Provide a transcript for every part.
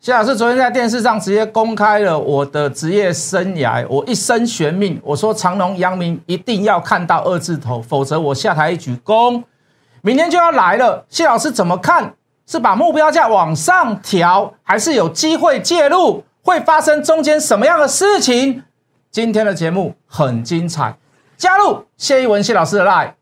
谢老师昨天在电视上直接公开了我的职业生涯，我一生悬命，我说长荣、阳明一定要看到2字头，否则我下台一鞠躬。明天就要来了，谢老师怎么看？是把目标价往上调，还是有机会介入？会发生中间什么样的事情？今天的节目很精彩，加入谢一文谢老师的 LINE。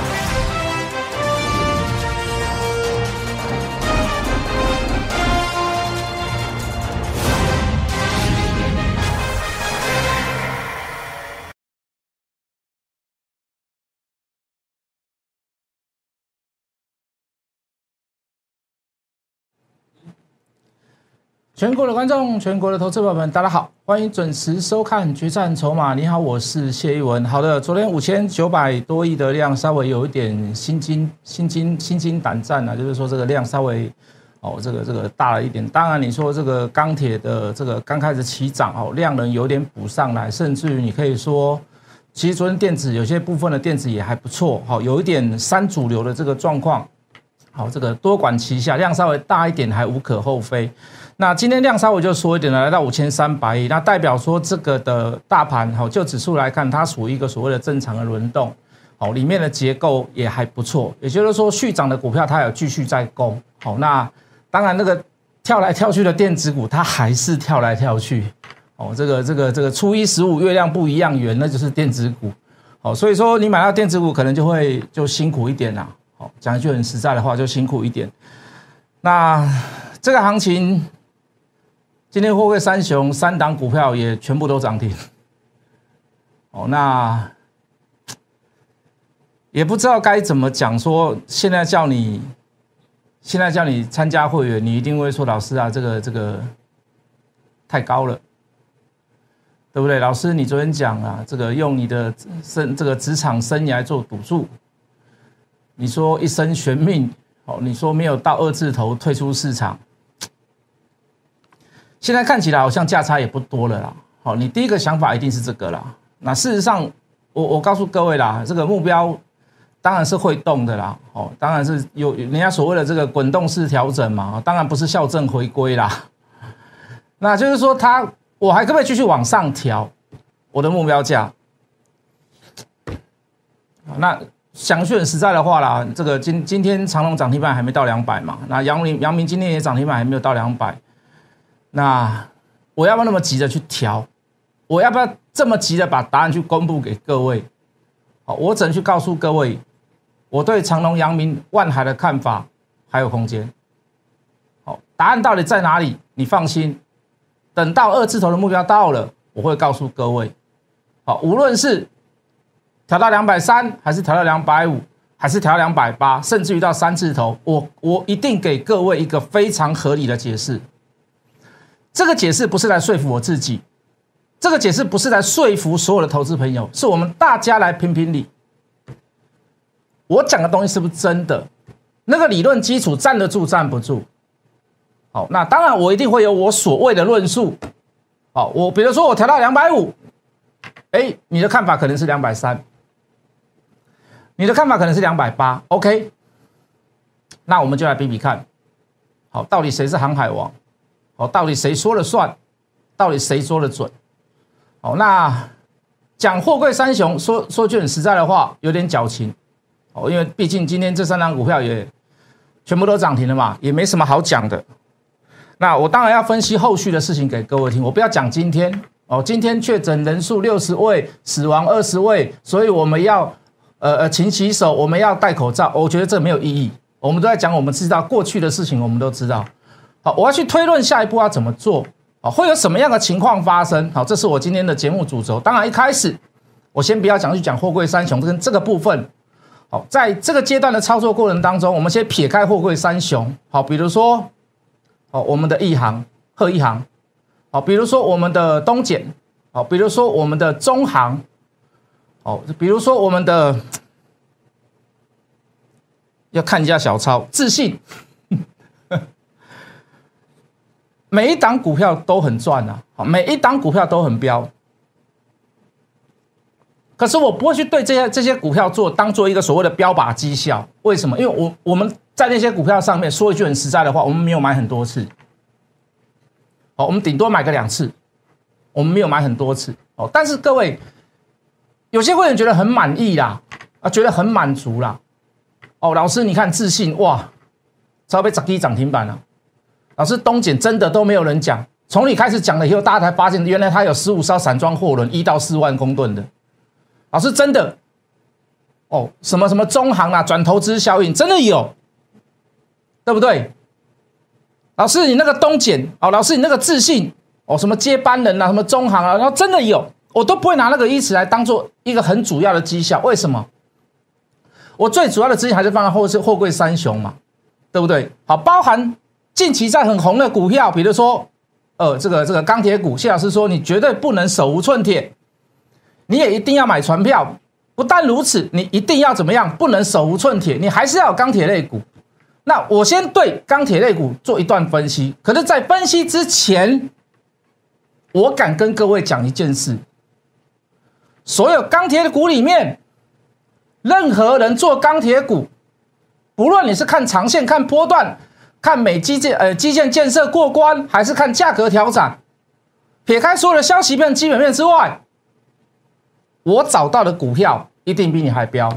全国的观众，全国的投资朋友们，大家好，欢迎准时收看《决战筹码》。你好，我是谢一文。好的，昨天5900多亿的量稍微有一点心惊胆战啊，就是说这个量稍微这个大了一点。当然，你说这个钢铁的这个刚开始起涨量能有点补上来，甚至于你可以说，其实昨天电子有些部分的电子也还不错，有一点三主流的这个状况。好，这个多管齐下，量稍微大一点还无可厚非。那今天量稍微就缩一点了，来到5300亿，那代表说这个的大盘就指数来看，它属于一个所谓的正常的轮动，里面的结构也还不错，也就是说续涨的股票它有继续在攻。好，那当然那个跳来跳去的电子股，它还是跳来跳去。这个初一15月亮不一样圆，那就是电子股。所以说你买到电子股可能就辛苦一点啦。讲一句很实在的话，就辛苦一点。那这个行情，今天货柜三雄3档股票也全部都涨停。那也不知道该怎么讲，说现在叫你参加会员，你一定会说老师啊，这个太高了，对不对？老师，你昨天讲啊，这个用你的这个职场生涯做赌注。你说一生悬命，你说没有到2字头退出市场，现在看起来好像价差也不多了啦。你第一个想法一定是这个啦。那事实上，我告诉各位啦，这个目标当然是会动的啦。当然是有人家所谓的这个滚动式调整嘛，当然不是校正回归啦。那就是说我还可不可以继续往上调我的目标价？那讲句很实在的话啦，这个今天长荣涨停板还没到200嘛，那阳明今天也涨停板还没有到200，那我要不要那么急着去调？我要不要这么急的把答案去公布给各位？我只能去告诉各位，我对长荣、阳明、万海的看法还有空间。答案到底在哪里？你放心，等到2字头的目标到了，我会告诉各位。无论是调到230，还是调到250，还是调到280，甚至于到3字头，我一定给各位一个非常合理的解释。这个解释不是来说服我自己，这个解释不是来说服所有的投资朋友，是我们大家来评评理。我讲的东西是不是真的？那个理论基础站得住站不住？好，那当然我一定会有我所谓的论述。我比如说我调到250，你的看法可能是230。你的看法可能是280 ，OK， 那我们就来比比看，到底谁是航海王？到底谁说了算？到底谁说了准？那讲货柜三雄，说句很实在的话，有点矫情，因为毕竟今天这3档股票也全部都涨停了嘛，也没什么好讲的。那我当然要分析后续的事情给各位听，我不要讲今天，今天确诊人数60位，死亡20位，所以我们要勤洗手，我们要戴口罩，我觉得这没有意义。我们都在讲我们知道过去的事情，我们都知道。好，我要去推论下一步要怎么做，会有什么样的情况发生。好，这是我今天的节目主轴。当然一开始我先不要去讲货柜三雄跟这个部分。好，在这个阶段的操作过程当中，我们先撇开货柜三雄。好，比如说我们的一航、鹤一航，比如说我们的东碱，比如说我们的中航。比如说我们的要看一下小抄，自信，每一档股票都很赚啊，每一档股票都很飙。可是我不会去对这些股票当做一个所谓的标靶绩效，为什么？因为我们在那些股票上面说一句很实在的话，我们没有买很多次。 我们顶多买个2次，我们没有买很多次但是各位，有些会员觉得很满意啦，觉得很满足啦。老师你看自信哇，超被10K涨停板了。老师东碱真的都没有人讲，从你开始讲了以后，大家才发现原来它有15艘散装货轮，1到4万公吨的。老师真的什么中航啊，转投资效应真的有，对不对？老师你那个东碱老师你那个自信什么接班人啊，什么中航啊，然后真的有，我都不会拿那个以此来当做一个很主要的绩效。为什么？我最主要的资金还是放在货柜三雄嘛，对不对？好，包含近期在很红的股票，比如说这个钢铁股，谢老师说你绝对不能手无寸铁，你也一定要买船票。不但如此，你一定要怎么样？不能手无寸铁，你还是要有钢铁类股。那我先对钢铁类股做一段分析，可是在分析之前，我敢跟各位讲一件事：所有钢铁的股里面，任何人做钢铁股，不论你是看长线、看波段、看美基建建设过关，还是看价格调整，撇开所有的消息面、基本面之外，我找到的股票一定比你还飙。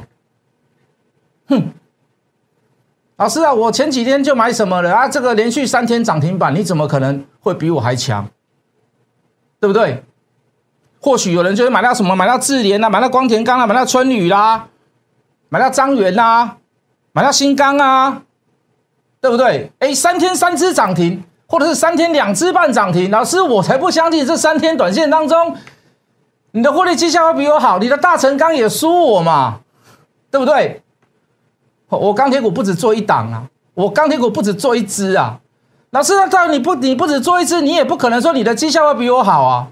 老师啊，我前几天就买什么了啊？这个连续3天涨停板，你怎么可能会比我还强？对不对？或许有人就会买到什么，买到智联啊，买到光田钢啊，买到春雨啦，买到彰源啦，买到新钢啊，对不对？3天3只涨停，或者是3天2只半涨停。老师，我才不相信这3天短线当中，你的获利绩效会比我好，你的大成钢也输我嘛，对不对？我钢铁股不止做一档啊，我钢铁股不止做一只啊。老师，那你不止做一只，你也不可能说你的绩效会比我好啊。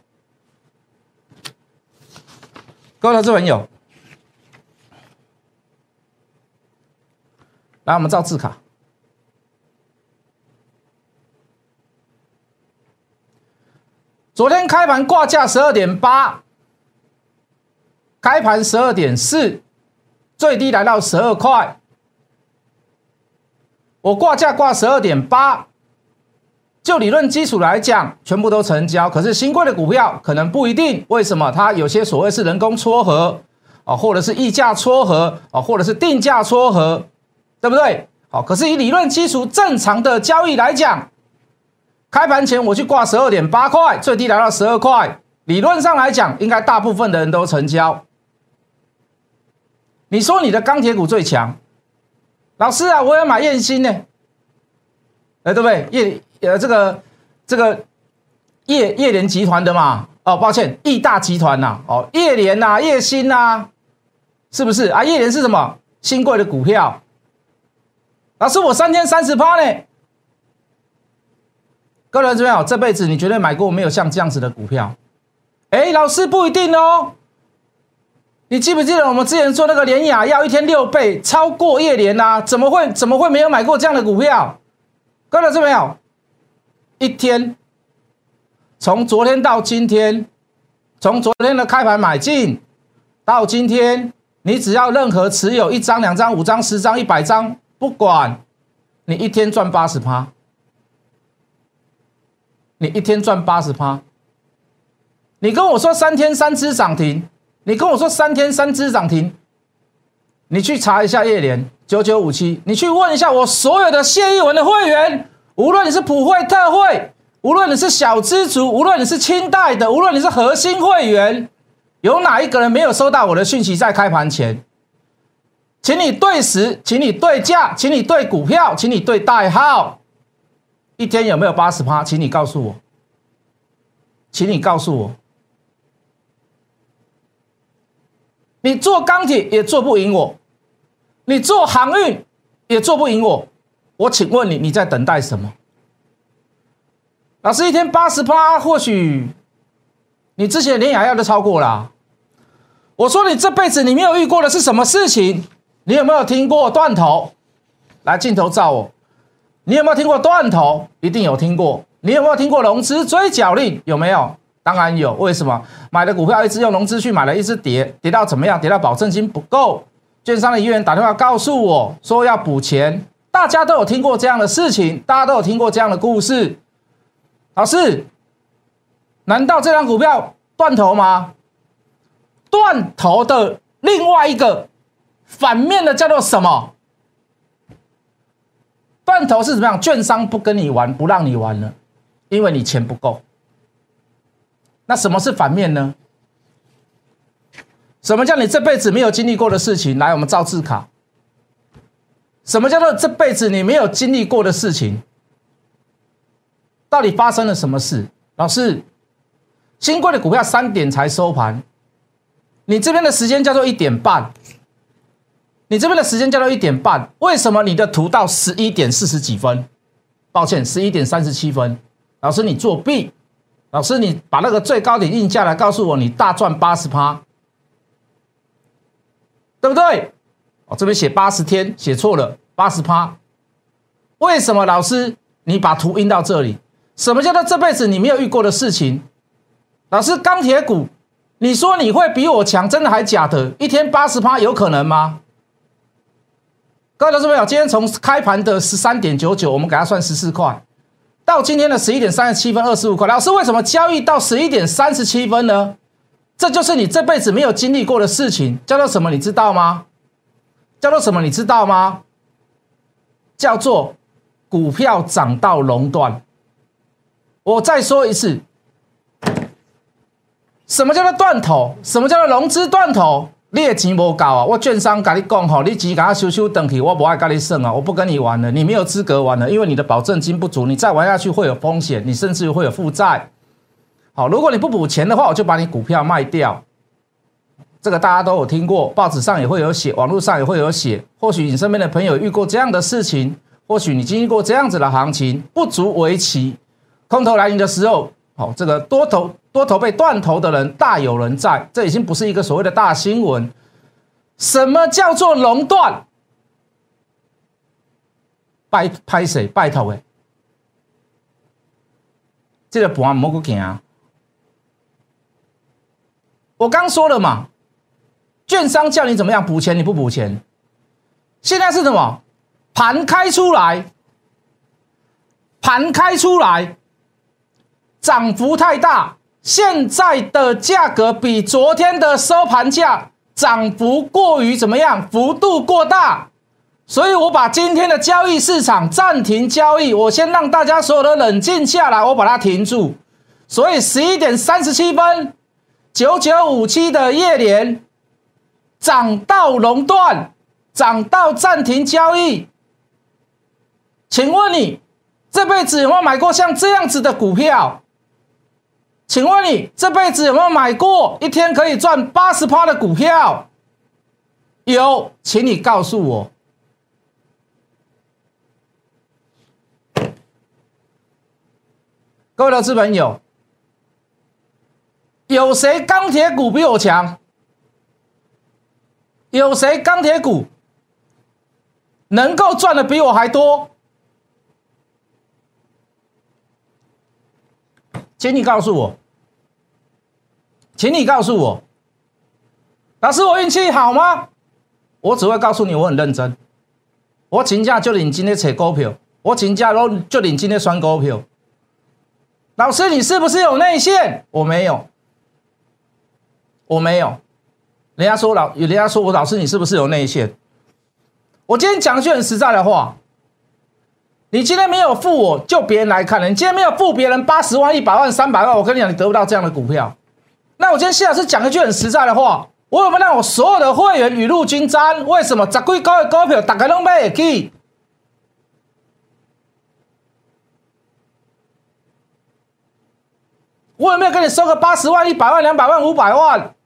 各位投资朋友，来我们照字卡。昨天开盘挂价12.8，开盘12.4，最低来到12块。我挂价挂12.8，就理论基础来讲，全部都成交。可是新贵的股票可能不一定，为什么？它有些所谓是人工撮合或者是溢价撮合或者是定价撮合，对不对？可是以理论基础正常的交易来讲，开盘前我去挂12.8块，最低来到12块，理论上来讲，应该大部分的人都成交。你说你的钢铁股最强？老师啊，我要买燕兴呢，对不对？这个叶联集团的嘛，抱歉，义大集团呐，叶联呐，叶兴呐，是不是啊？叶联是什么？新贵的股票。老师，我3天30%呢。各位朋友，这辈子你绝对买过没有像这样子的股票？老师不一定哦。你记不记得我们之前做那个联亚药1天6倍，超过叶联啊？怎么会没有买过这样的股票？各位朋友，一天从昨天到今天，从昨天的开盘买进到今天，你只要任何持有1张、2张、5张、10张、100张，不管你一天赚80%，你一天赚80%。你跟我说3天3只涨停。你跟我说3天3只涨停，你去查一下叶联9957，你去问一下我所有的谢逸文的会员，无论你是普惠特惠，无论你是小资族，无论你是清代的，无论你是核心会员，有哪一个人没有收到我的讯息在开盘前？请你对时，请你对价，请你对股票，请你对代号，一天有没有80%？请你告诉我，请你告诉我。你做钢铁也做不赢我，你做航运也做不赢我，我请问你，你在等待什么？老师一天80%，或许你之前连雅药都超过啦。我说你这辈子你没有遇过的是什么事情？你有没有听过断头？来，镜头照我，你有没有听过断头？一定有听过。你有没有听过融资追缴令？有没有？当然有，为什么？买的股票一直用融资去买了，一直跌到怎么样？跌到保证金不够，券商的业员打电话告诉我说要补钱。大家都有听过这样的事情，大家都有听过这样的故事。老师， 难道这张股票断头吗？断头的另外一个反面的叫做什么？断头是怎么样？券商不跟你玩，不让你玩了，因为你钱不够。那什么是反面呢？什么叫你这辈子没有经历过的事情？来，我们造字卡。什么叫做这辈子你没有经历过的事情？到底发生了什么事？老师，新贵的股票3点才收盘，你这边的时间叫做1点半，你这边的时间叫做1点半，为什么你的图到11点40几分？抱歉，11点37分。老师，你作弊！老师，你把那个最高点印下来，告诉我你大赚80%，对不对？哦，这边写80天，写错了，80%。为什么老师你把图印到这里？什么叫做这辈子你没有遇过的事情？老师，钢铁股，你说你会比我强，真的还假的？一天80%有可能吗？各位投资朋友，今天从开盘的13.99，我们给它算14块，到今天的11点37分25块。老师，为什么交易到11点37分呢？这就是你这辈子没有经历过的事情，叫做什么？你知道吗？叫做什么？你知道吗？叫做股票涨到熔断。我再说一次，什么叫做断头？什么叫做融资断头？你的钱不够啊！我券商跟你讲吼，你钱给他收回去，我不爱跟你算啊，我不跟你玩了，你没有资格玩了，因为你的保证金不足，你再玩下去会有风险，你甚至会有负债。好，如果你不补钱的话，我就把你股票卖掉。这个大家都有听过，报纸上也会有写，网络上也会有写。或许你身边的朋友遇过这样的事情，或许你经历过这样子的行情，不足为奇。空头来临的时候，好，这个多头被断头的人大有人在，这已经不是一个所谓的大新闻。什么叫做熔断？拍谁？拜托诶，这个盘不够行。我刚说了嘛，券商叫你怎么样补钱，你不补钱。现在是什么？盘开出来，涨幅太大，现在的价格比昨天的收盘价涨幅过于怎么样？幅度过大，所以我把今天的交易市场暂停交易，我先让大家所有的冷静下来，我把它停住。所以11点37分，9957的夜联涨到熔断，涨到暂停交易。请问你这辈子有没有买过像这样子的股票？请问你这辈子有没有买过一天可以赚80%的股票？有，请你告诉我。各位投资朋友，有谁钢铁股比我强？有谁钢铁股能够赚的比我还多？请你告诉我，请你告诉我，老师，我运气好吗？我只会告诉你我很认真。我请假就领今天扯股票，我请假就领今天选股票。老师，你是不是有内线？我没有，我没有。人家说我老师，你是不是有内线？我今天讲句很实在的话。你今天没有付我，就别人来看了。你今天没有付别人80万、100万、300万，我跟你讲，你得不到这样的股票。那我今天谢老师讲一句很实在的话，我有没有让我所有的会员雨露均沾？为什么十几个股票大家都买得起？我有没有跟你收个80万、100万、200万、500万？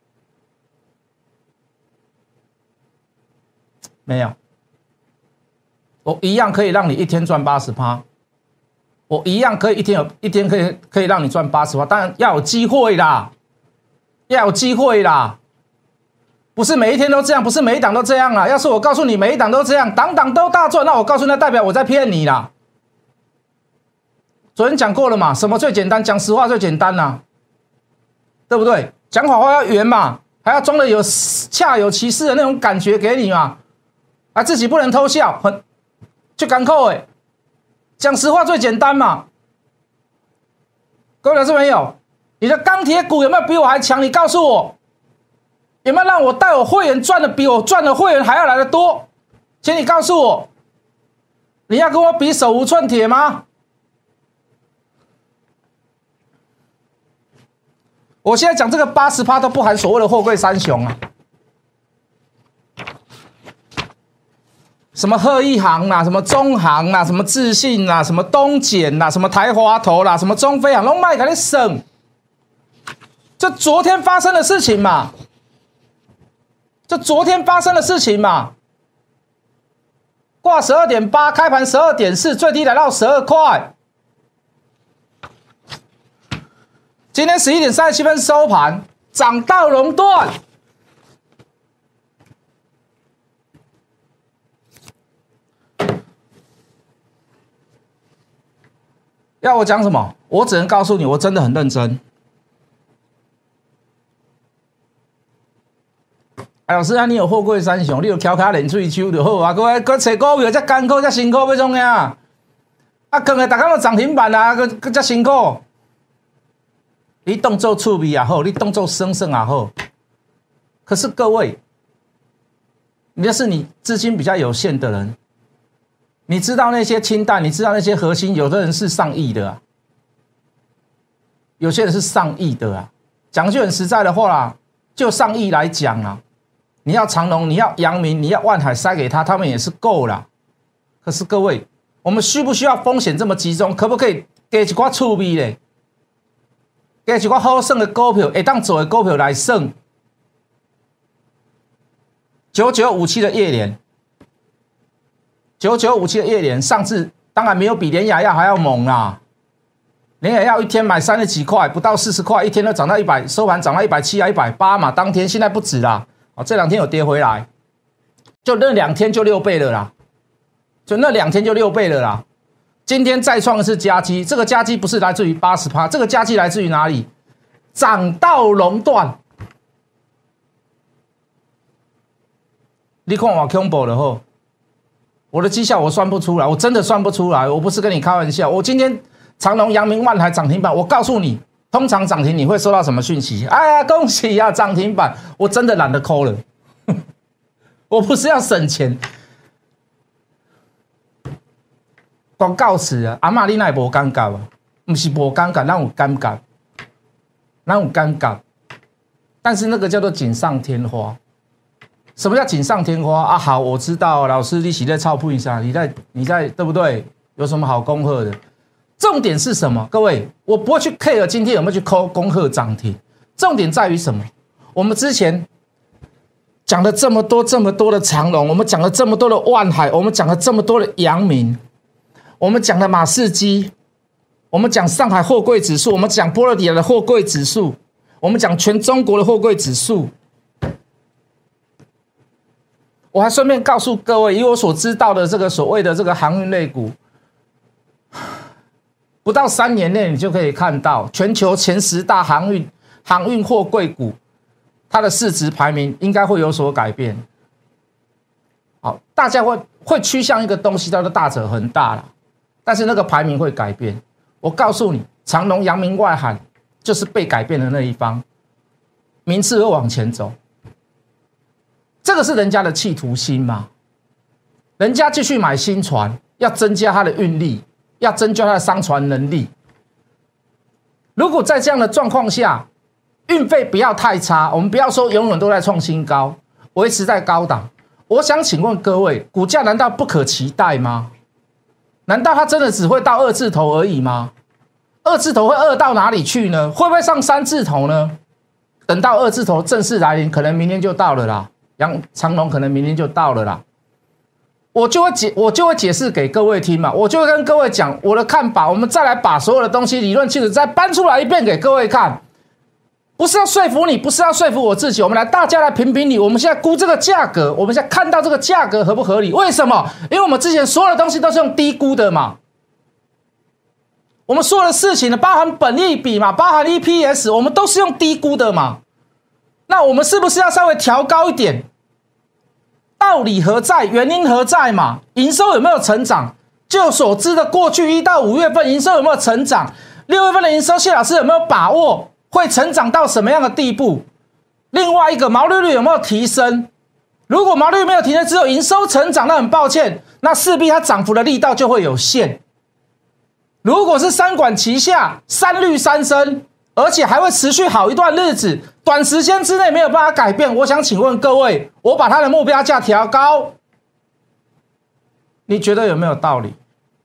没有。我一样可以让你一天赚80%，我一样可以一天可以让你赚80%，当然要有机会啦，要有机会啦，不是每一天都这样，不是每一档都这样啦。要是我告诉你每一档都这样，档档都大赚，那我告诉你，那代表我在骗你啦。昨天讲过了嘛，什么最简单？讲实话最简单啦，对不对？讲好话要圆嘛，还要装的有恰有其事的那种感觉给你嘛，啊，自己不能偷笑，就港口讲实话最简单嘛。各位老师朋友， 你的钢铁股有没有比我还强？你告诉我，有没有让我带我会员赚的比我赚的会员还要来得多？请你告诉我，你要跟我比手无寸铁吗？我现在讲这个80%都不含所谓的货柜三雄啊，什么鹤一航啦，什么中航啦，什么智信啦，什么东碱啦，什么台华投啦，什么中飞航，都卖给你省。这昨天发生的事情嘛，挂12.8，开盘12.4，最低来到12块。今天11点37分收盘，涨到熔断。要我讲什么？我只能告诉你，我真的很认真。老师啊，你有货柜三雄，你有翘脚练喙手就好啊。搁找股票遮艰苦遮辛苦要创啥？啊，扛的大家都涨停板啊，搁遮辛苦。你当做趣味也好，你当做生也好。可是各位，你要是你资金比较有限的人，你知道那些清淡，你知道那些核心，有的人是上亿的啊，有些人是上亿的啊。讲句很实在的话啦，就上亿来讲啊。你要长荣，你要阳明，你要万海塞给他们也是够啦。可是各位，我们需不需要风险这么集中？可不可以给一寡趣味咧？给一寡好耍的股票，会当做的股票来耍。9957的叶联，9957的叶联，上次当然没有比联亚药还要猛啦。联亚药一天买30几块，不到40块，一天都涨到100，收盘涨到170啊180嘛，当天现在不止啦。这2天有跌回来，就那2天就6倍了啦，今天再创一次佳绩，这个佳绩不是来自于80%，这个佳绩来自于哪里？涨到熔断。你看我恐怖了吼，我的绩效我算不出来，我真的算不出来，我不是跟你开玩笑。我今天长荣、阳明、万海涨停板，我告诉你。通常涨停你会收到什么讯息？哎呀，恭喜呀，涨停板！我真的懒得抠了，我不是要省钱。广告词啊，阿嬷你哪会无尴尬啊？不是无尴尬，咱有尴尬，但是那个叫做锦上添花。什么叫锦上添花啊？好，我知道，老师你是在操盘上，你在对不对？有什么好恭贺的？重点是什么？各位，我不会去 care 今天有没有去恭贺涨停，重点在于什么？我们之前讲了这么多的长荣，我们讲了这么多的万海，我们讲了这么多的阳明，我们讲了马士基，我们讲上海货柜指数，我们讲波罗的海的货柜指数，我们讲全中国的货柜指数。我还顺便告诉各位，以我所知道的这个所谓的这个航运类股。不到3年内，你就可以看到全球前10大航运货柜股，它的市值排名应该会有所改变。好，大家会趋向一个东西叫做大者恒大啦，但是那个排名会改变。我告诉你，长荣、阳明、万海就是被改变的那一方，名次会往前走。这个是人家的企图心嘛？人家继续买新船，要增加它的运力。要增加它的商船能力。如果在这样的状况下，运费不要太差，我们不要说永远都在创新高，维持在高档。我想请问各位，股价难道不可期待吗？难道它真的只会到2字头而已吗？2字头会2到哪里去呢？会不会上3字头呢？等到2字头正式来临，可能明天就到了啦。长荣可能明天就到了啦。我就会解释给各位听嘛，我就会跟各位讲我的看法，我们再来把所有的东西理论清楚再搬出来一遍给各位看，不是要说服你，不是要说服我自己，我们大家来评评理，我们现在估这个价格，我们现在看到这个价格合不合理？为什么？因为我们之前所有的东西都是用低估的嘛，我们所有的事情呢，包含本益比嘛，包含 EPS， 我们都是用低估的嘛，那我们是不是要稍微调高一点？道理何在？原因何在嘛？营收有没有成长？就所知的过去1到5月份营收有没有成长？6月份的营收，谢老师有没有把握？ 会成长到什么样的地步？另外一个毛利率有没有提升？如果毛利率没有提升，只有营收成长，那很抱歉，那势必它涨幅的力道就会有限。如果是三管齐下，三率三升，而且还会持续好一段日子，短时间之内没有办法改变，我想请问各位，我把它的目标价调高，你觉得有没有道理？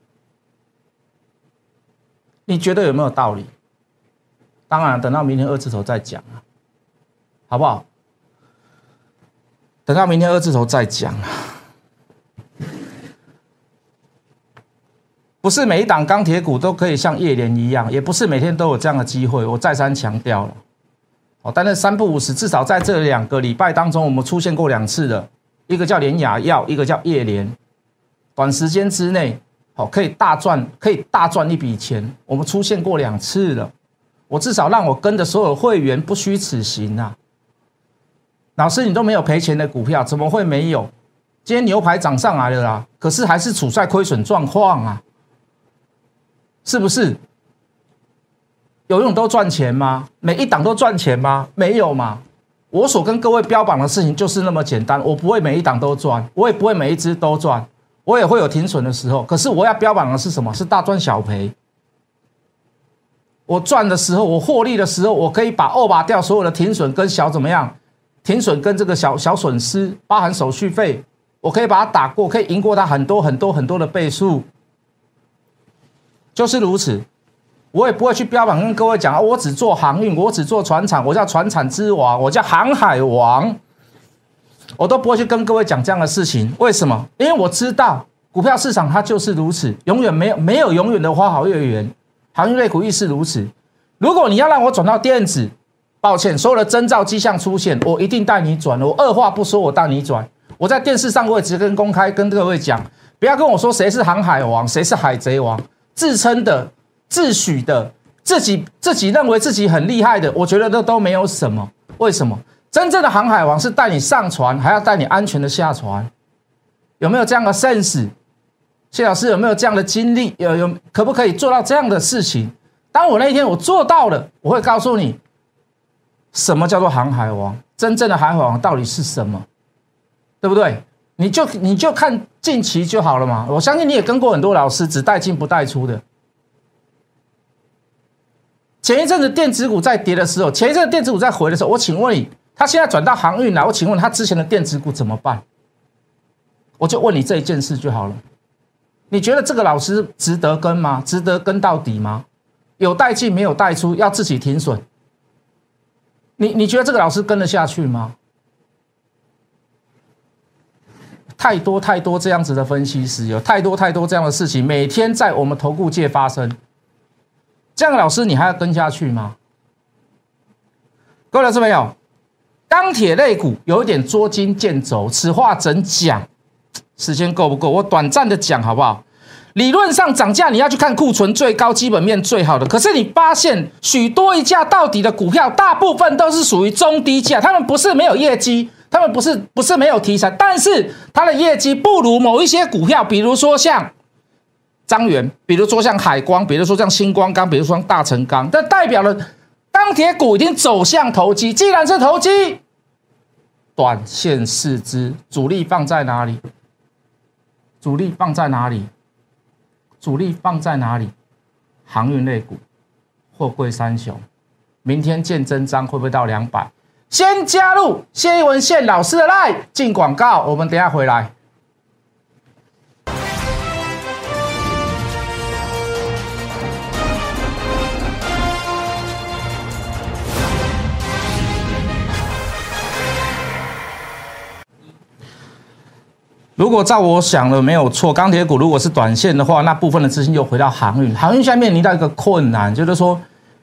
你觉得有没有道理？当然，等到明天二字头再讲啊，好不好？等到明天二字头再讲啊。不是每一档钢铁股都可以像叶联一样，也不是每天都有这样的机会。我再三强调了，但是3不5时，至少在这2个礼拜当中，我们出现过2次的，一个叫联亚药，一个叫叶联，短时间之内，可以大赚一笔钱。我们出现过2次了，我至少让我跟的所有会员不虚此行啊！老师，你都没有赔钱的股票，怎么会没有？今天牛排涨上来了啦，可是还是处在亏损状况啊。是不是永远都赚钱吗？每一档都赚钱吗？没有嘛。我所跟各位标榜的事情就是那么简单，我不会每一档都赚，我也不会每一只都赚，我也会有停损的时候。可是我要标榜的是什么？是大赚小赔。我赚的时候，我获利的时候，我可以把把掉所有的停损跟小怎么样？停损跟这个小损失，包含手续费，我可以把它打过，可以赢过它很多的倍数。就是如此，我也不会去标榜跟各位讲我只做航运，我只做船产，我叫船产之王，我叫航海王，我都不会去跟各位讲这样的事情。为什么？因为我知道股票市场它就是如此，永远没有永远的花好月圆，航运类股亦是如此。如果你要让我转到电子，抱歉，所有的征兆迹象出现，我一定带你转，我二话不说，我带你转。我在电视上我也直接公开跟各位讲，不要跟我说谁是航海王，谁是海贼王。自称的、自诩的、自己认为自己很厉害的，我觉得都没有什么。为什么？真正的航海王是带你上船，还要带你安全的下船。有没有这样的 sense？ 谢老师有没有这样的经历？可不可以做到这样的事情？当我那一天我做到了，我会告诉你，什么叫做航海王？真正的航海王到底是什么？对不对？你就看近期就好了嘛。我相信你也跟过很多老师，只带进不带出的。前一阵子电子股在跌的时候，前一阵子电子股在回的时候，我请问你，他现在转到航运来，我请问他之前的电子股怎么办？我就问你这一件事就好了。你觉得这个老师值得跟吗？值得跟到底吗？有带进没有带出，要自己停损。你觉得这个老师跟得下去吗？太多这样子的分析师，有太多这样的事情，每天在我们投顾界发生。这样的老师，你还要跟下去吗？各位老师朋友，钢铁类股有一点捉襟见肘，此话怎讲？时间够不够？我短暂的讲好不好？理论上涨价你要去看库存最高、基本面最好的，可是你发现许多一价到底的股票，大部分都是属于中低价，他们不是没有业绩。他们不是没有题材，但是它的业绩不如某一些股票，比如说像彰源，比如说像海光，比如说像新光钢，比如说像大成钢，这代表了钢铁股已经走向投机。既然是投机，短线市值主力放在哪里？主力放在哪里？主力放在哪里？航运类股，货柜三雄，明天见真章会不会到200？先加入谢一文谢老师的 LINE 进广告，我们等一下回来。如果照我想的没有错，钢铁股如果是短线的话，那部分的资金又回到航运。航运现在面临到一个困难，就是说，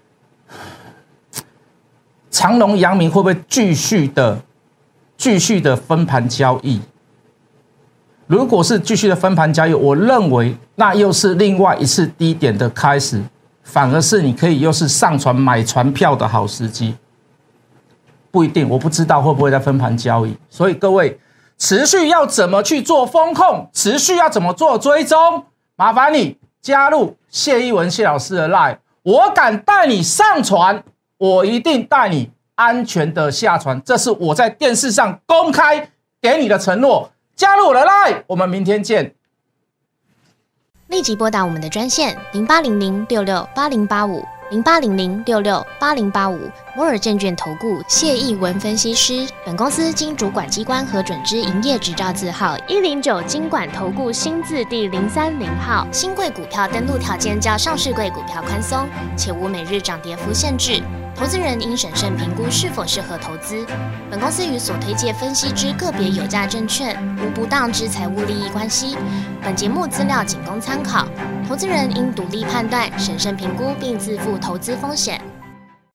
长荣、阳明会不会继续的分盘交易？如果是继续的分盘交易，我认为那又是另外一次低点的开始，反而是你可以又是上船买船票的好时机。不一定，我不知道会不会在分盘交易。所以各位，持续要怎么去做风控，持续要怎么做追踪，麻烦你加入谢一文谢老师的 LINE， 我敢带你上船。 我一定带你安全的下船，这是我在电视上公开给你的承诺。加入我的 LINE， 我们明天见。 立即拨打我们的专线0800668085。0800668085，摩尔证券投顾谢逸文分析师。本公司经主管机关核准之营业执照字号109金管投顾新字第030号。新贵股票登录条件较上市贵股票宽松，且无每日涨跌幅限制。投资人应审慎评估是否适合投资。本公司与所推介分析之个别有价证券无不当之财务利益关系。本节目资料仅供参考，投资人应独立判断、审慎评估并自负投资风险。